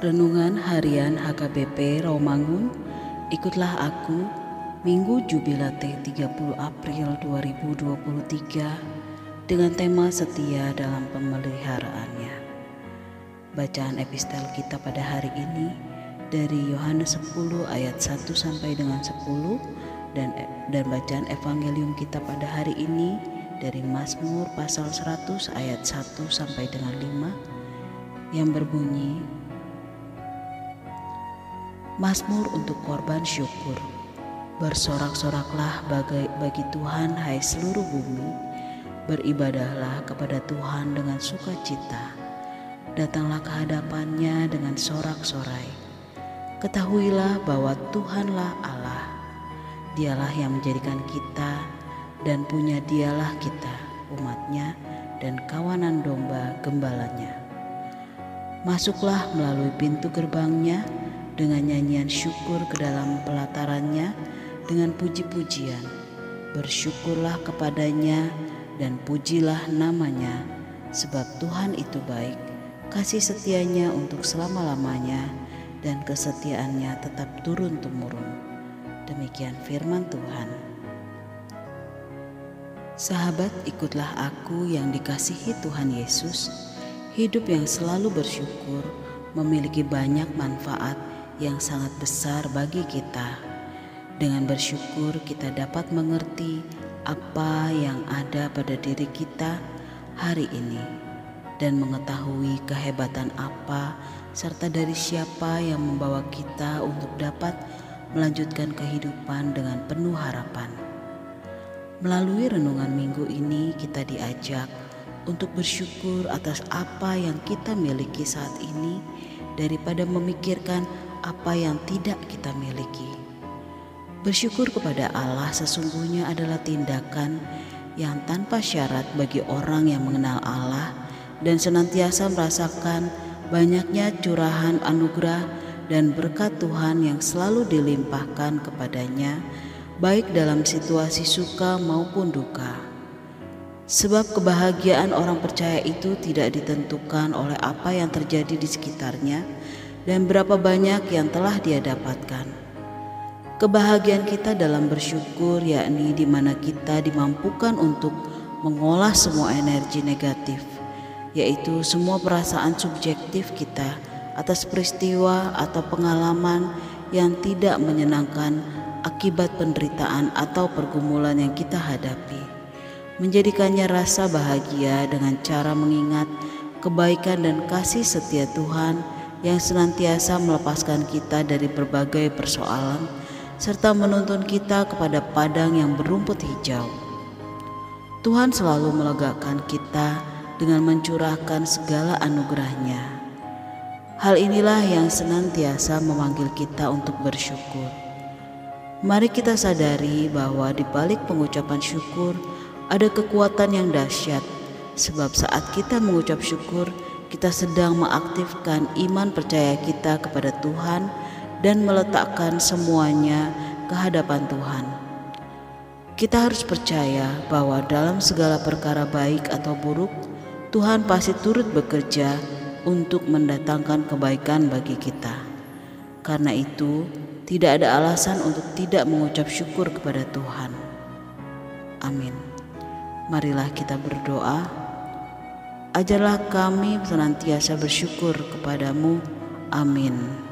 Renungan Harian HKBP Rawamangun, ikutlah aku, Minggu Jubilate 30 April 2023 dengan tema setia dalam pemeliharaannya. Bacaan epistel kita pada hari ini dari Yohanes 10 ayat 1 sampai dengan 10 dan bacaan evangelium kita pada hari ini dari Mazmur pasal 100 ayat 1 sampai dengan 5 yang berbunyi, Mazmur untuk korban syukur. Bersorak-soraklah bagi Tuhan, hai seluruh bumi. Beribadahlah kepada Tuhan dengan sukacita. Datanglah ke hadapannya dengan sorak-sorai. Ketahuilah bahwa Tuhanlah Allah. Dialah yang menjadikan kita dan punya dialah kita, umatnya dan kawanan domba gembalanya. Masuklah melalui pintu gerbangnya dengan nyanyian syukur ke dalam pelatarannya dengan puji-pujian. Bersyukurlah kepadanya dan pujilah namanya, sebab Tuhan itu baik, kasih setianya untuk selama-lamanya, dan kesetiaannya tetap turun-temurun. Demikian firman Tuhan. Sahabat, ikutlah aku yang dikasihi Tuhan Yesus. Hidup yang selalu bersyukur memiliki banyak manfaat yang sangat besar bagi kita. Dengan bersyukur kita dapat mengerti apa yang ada pada diri kita hari ini dan mengetahui kehebatan apa serta dari siapa yang membawa kita untuk dapat melanjutkan kehidupan dengan penuh harapan. Melalui renungan minggu ini kita diajak untuk bersyukur atas apa yang kita miliki saat ini daripada memikirkan apa yang tidak kita miliki. Bersyukur kepada Allah sesungguhnya adalah tindakan yang tanpa syarat bagi orang yang mengenal Allah dan senantiasa merasakan banyaknya curahan anugerah dan berkat Tuhan yang selalu dilimpahkan kepadanya, baik dalam situasi suka maupun duka. Sebab kebahagiaan orang percaya itu tidak ditentukan oleh apa yang terjadi di sekitarnya dan berapa banyak yang telah dia dapatkan. Kebahagiaan kita dalam bersyukur yakni di mana kita dimampukan untuk mengolah semua energi negatif, yaitu semua perasaan subjektif kita atas peristiwa atau pengalaman yang tidak menyenangkan akibat penderitaan atau pergumulan yang kita hadapi. Menjadikannya rasa bahagia dengan cara mengingat kebaikan dan kasih setia Tuhan yang senantiasa melepaskan kita dari berbagai persoalan serta menuntun kita kepada padang yang berumput hijau. Tuhan selalu melegakan kita dengan mencurahkan segala anugerahnya. Hal inilah yang senantiasa memanggil kita untuk bersyukur. Mari kita sadari bahwa di balik pengucapan syukur ada kekuatan yang dahsyat, sebab saat kita mengucap syukur, kita sedang mengaktifkan iman percaya kita kepada Tuhan dan meletakkan semuanya ke hadapan Tuhan. Kita harus percaya bahwa dalam segala perkara baik atau buruk, Tuhan pasti turut bekerja untuk mendatangkan kebaikan bagi kita. Karena itu, tidak ada alasan untuk tidak mengucap syukur kepada Tuhan. Amin. Marilah kita berdoa. Ajarlah kami senantiasa bersyukur kepadamu. Amin.